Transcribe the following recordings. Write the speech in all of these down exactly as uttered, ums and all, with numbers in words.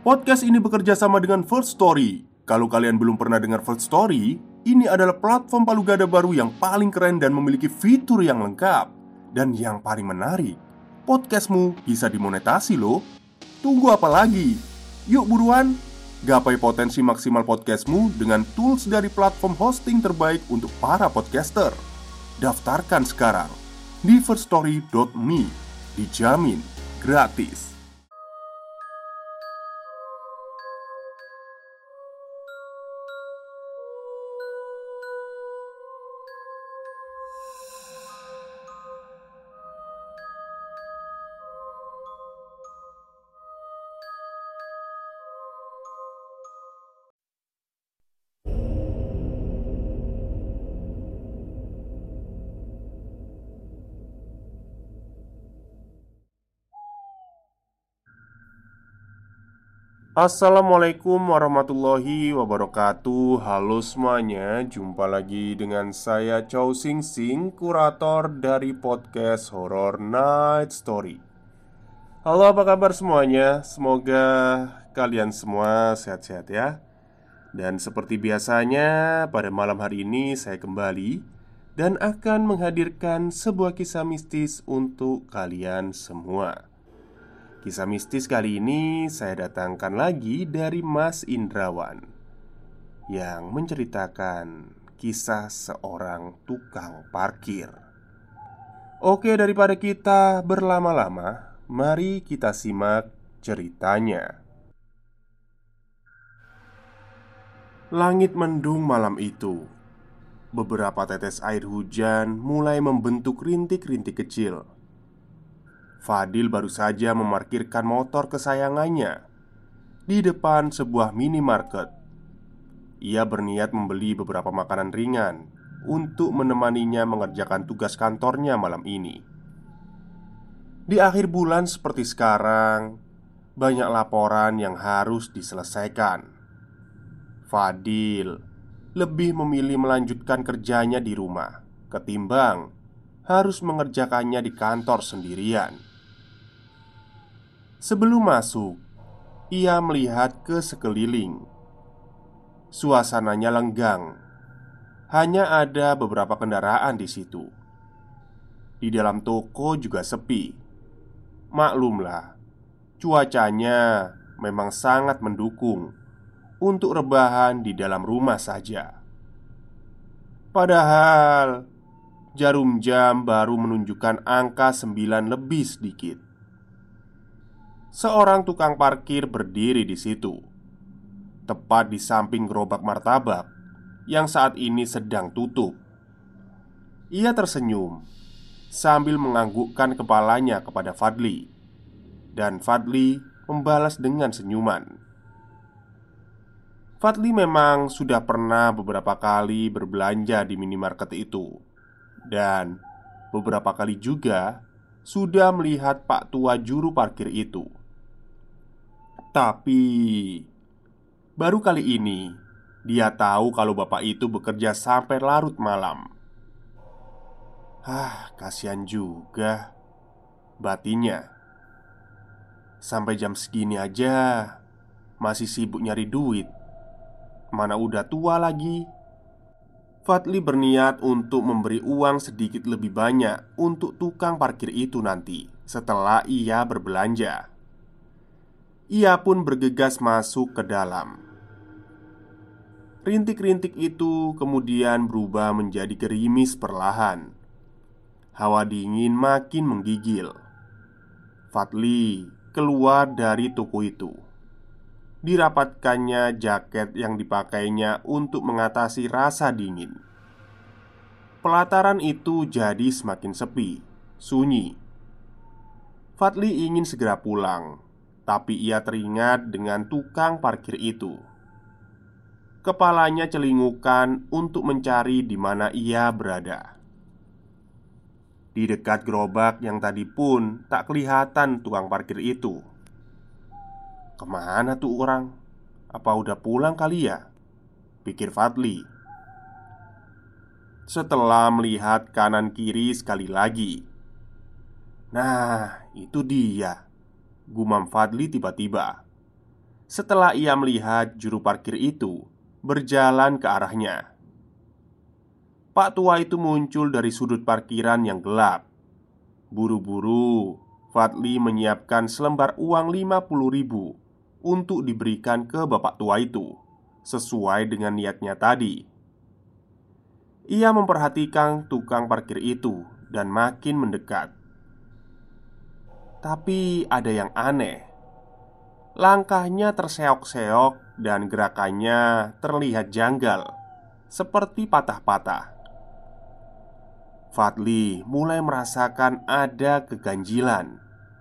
Podcast ini bekerja sama dengan First Story. Kalau kalian belum pernah dengar First Story, ini adalah platform palu gada baru yang paling keren dan memiliki fitur yang lengkap. Dan yang paling menarik, podcastmu bisa dimonetasi loh. Tunggu apa lagi? Yuk buruan, gapai potensi maksimal podcastmu dengan tools dari platform hosting terbaik untuk para podcaster. Daftarkan sekarang di first story dot me. Dijamin gratis. Assalamualaikum warahmatullahi wabarakatuh. Halo semuanya, jumpa lagi dengan saya Chow Sing Sing, kurator dari podcast Horror Night Story. Halo, apa kabar semuanya? Semoga kalian semua sehat-sehat ya. Dan seperti biasanya, pada malam hari ini saya kembali dan akan menghadirkan sebuah kisah mistis untuk kalian semua. Kisah mistis kali ini saya datangkan lagi dari Mas Indrawan yang menceritakan kisah seorang tukang parkir. Oke, daripada kita berlama-lama, mari kita simak ceritanya. Langit mendung malam itu. Beberapa tetes air hujan mulai membentuk rintik-rintik kecil. Fadil baru saja memarkirkan motor kesayangannya di depan sebuah minimarket. Ia berniat membeli beberapa makanan ringan untuk menemaninya mengerjakan tugas kantornya malam ini. Di akhir bulan seperti sekarang, banyak laporan yang harus diselesaikan. Fadil lebih memilih melanjutkan kerjanya di rumah ketimbang harus mengerjakannya di kantor sendirian. Sebelum masuk, ia melihat ke sekeliling. Suasananya lenggang. Hanya ada beberapa kendaraan di situ. Di dalam toko juga sepi. Maklumlah, cuacanya memang sangat mendukung untuk rebahan di dalam rumah saja. Padahal jarum jam baru menunjukkan angka sembilan lebih sedikit. Seorang tukang parkir berdiri di situ, tepat di samping gerobak martabak yang saat ini sedang tutup. Ia tersenyum sambil menganggukkan kepalanya kepada Fadli, dan Fadli membalas dengan senyuman. Fadli memang sudah pernah beberapa kali berbelanja di minimarket itu, dan beberapa kali juga sudah melihat Pak Tua juru parkir itu. Tapi baru kali ini dia tahu kalau bapak itu bekerja sampai larut malam. Ah, kasihan juga batinnya. Sampai jam segini aja masih sibuk nyari duit. Mana udah tua lagi. Fadli berniat untuk memberi uang sedikit lebih banyak untuk tukang parkir itu nanti setelah ia berbelanja. Ia pun bergegas masuk ke dalam. Rintik-rintik itu kemudian berubah menjadi gerimis perlahan. Hawa dingin makin menggigil. Fadli keluar dari toko itu. Dirapatkannya jaket yang dipakainya untuk mengatasi rasa dingin. Pelataran itu jadi semakin sepi, sunyi. Fadli ingin segera pulang, tapi ia teringat dengan tukang parkir itu. Kepalanya celingukan untuk mencari di mana ia berada. Di dekat gerobak yang tadi pun tak kelihatan tukang parkir itu. Kemana tuh orang? Apa udah pulang kali ya? Pikir Fadli. Setelah melihat kanan kiri sekali lagi. Nah, itu dia, gumam Fadli tiba-tiba. setelah ia melihat juru parkir itu berjalan ke arahnya. Pak tua itu muncul dari sudut parkiran yang gelap. Buru-buru, Fadli menyiapkan selembar uang lima puluh ribu untuk diberikan ke bapak tua itu, sesuai dengan niatnya tadi. Ia memperhatikan tukang parkir itu dan makin mendekat. Tapi ada yang aneh. Langkahnya terseok-seok dan gerakannya terlihat janggal, seperti patah-patah. Fadli mulai merasakan ada keganjilan.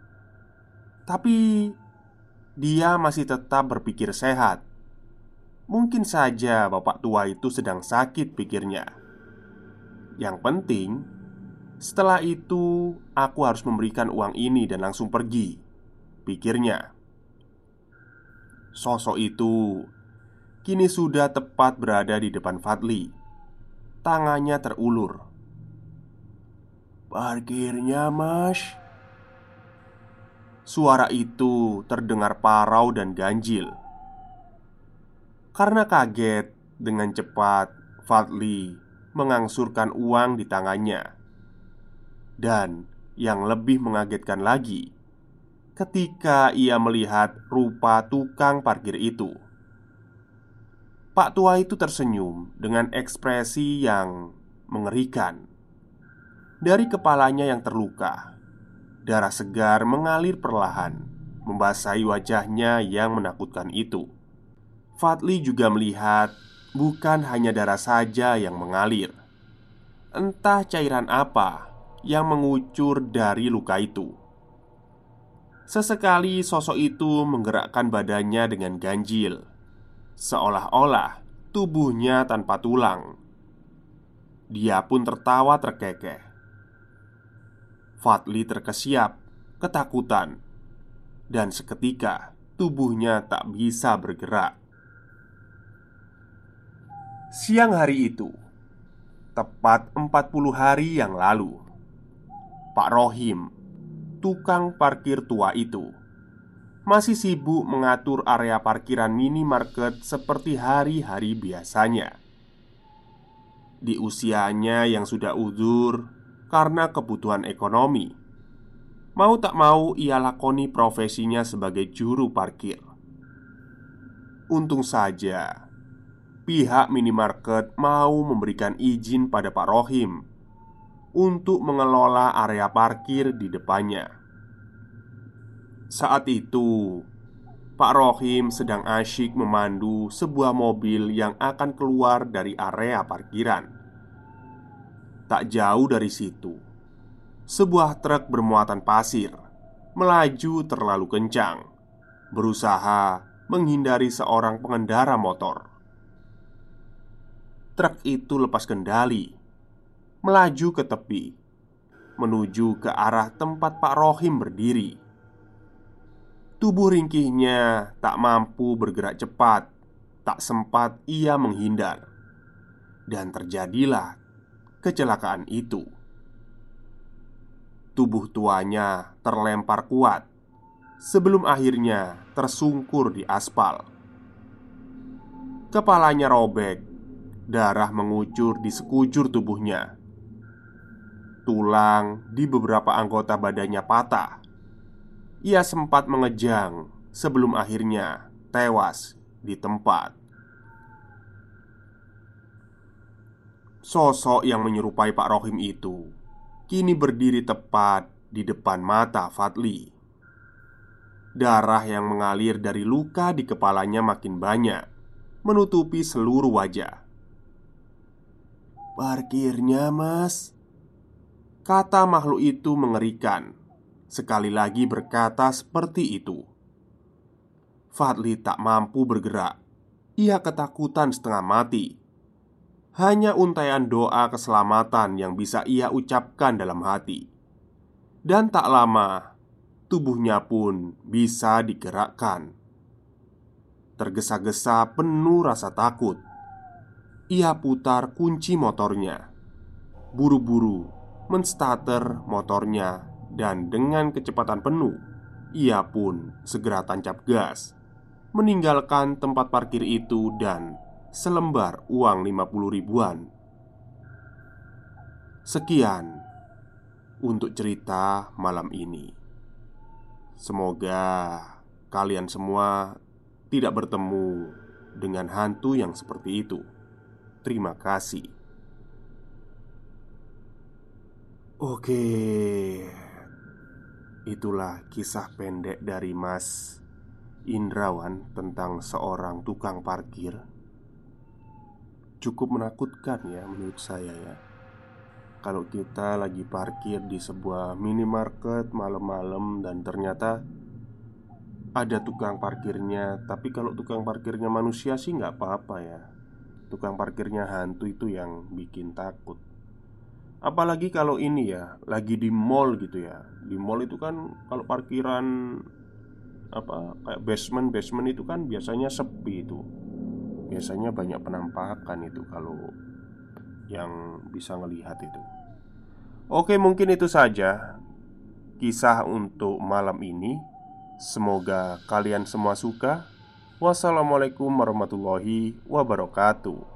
Tapi dia masih tetap berpikir sehat. Mungkin saja bapak tua itu sedang sakit, pikirnya. Yang penting, setelah itu aku harus memberikan uang ini dan langsung pergi, pikirnya. Sosok itu kini sudah tepat berada di depan Fadli. Tangannya terulur. "Parkirnya, Mas." Suara itu terdengar parau dan ganjil. Karena kaget, dengan cepat Fadli mengangsurkan uang di tangannya. Dan yang lebih mengagetkan lagi, ketika ia melihat rupa tukang parkir itu. Pak tua itu tersenyum dengan ekspresi yang mengerikan. Dari kepalanya yang terluka, darah segar mengalir perlahan, membasahi wajahnya yang menakutkan itu. Fadli juga melihat bukan hanya darah saja yang mengalir. Entah cairan apa yang mengucur dari luka itu. Sesekali sosok itu menggerakkan badannya dengan ganjil, seolah-olah tubuhnya tanpa tulang. Dia pun tertawa terkekeh. Fadli terkesiap, ketakutan, dan seketika tubuhnya tak bisa bergerak. Siang hari itu, tepat empat puluh hari yang lalu, Pak Rohim, tukang parkir tua itu, masih sibuk mengatur area parkiran minimarket seperti hari-hari biasanya. Di usianya yang sudah uzur karena kebutuhan ekonomi, mau tak mau ia lakoni profesinya sebagai juru parkir. Untung saja pihak minimarket mau memberikan izin pada Pak Rohim untuk mengelola area parkir di depannya. Saat itu, Pak Rohim sedang asyik memandu sebuah mobil yang akan keluar dari area parkiran. Tak jauh dari situ, sebuah truk bermuatan pasir melaju terlalu kencang, berusaha menghindari seorang pengendara motor. Truk itu lepas kendali, melaju ke tepi, menuju ke arah tempat Pak Rohim berdiri. Tubuh ringkihnya tak mampu bergerak cepat. Tak sempat ia menghindar. Dan terjadilah kecelakaan itu. Tubuh tuanya terlempar kuat sebelum akhirnya tersungkur di aspal. Kepalanya robek, darah mengucur di sekujur tubuhnya. Tulang di beberapa anggota badannya patah. Ia sempat mengejang sebelum akhirnya tewas di tempat. Sosok yang menyerupai Pak Rohim itu kini berdiri tepat di depan mata Fadli. Darah yang mengalir dari luka di kepalanya makin banyak, menutupi seluruh wajah. "Parkirnya, Mas," kata makhluk itu mengerikan. Sekali lagi berkata seperti itu. Fadli tak mampu bergerak. Ia ketakutan setengah mati. Hanya untaian doa keselamatan yang bisa ia ucapkan dalam hati. Dan tak lama, tubuhnya pun bisa digerakkan. Tergesa-gesa penuh rasa takut, ia putar kunci motornya. Buru-buru menstarter motornya. Dan dengan kecepatan penuh, ia pun segera tancap gas. meninggalkan tempat parkir itu dan selembar uang lima puluh ribuan. Sekian untuk cerita malam ini. Semoga kalian semua tidak bertemu dengan hantu yang seperti itu. Terima kasih. Oke, itulah kisah pendek dari Mas Indrawan tentang seorang tukang parkir. Cukup menakutkan ya menurut saya ya. Kalau kita lagi parkir di sebuah minimarket malam-malam dan ternyata ada tukang parkirnya. Tapi kalau tukang parkirnya manusia sih nggak apa-apa ya. Tukang parkirnya hantu itu yang bikin takut. Apalagi kalau ini ya, lagi di mall gitu ya. Di mall itu kan kalau parkiran apa kayak basement-basement itu kan biasanya sepi itu. Biasanya banyak penampakan itu kalau yang bisa ngelihat itu. Oke, mungkin itu saja kisah untuk malam ini. Semoga kalian semua suka. Wassalamualaikum warahmatullahi wabarakatuh.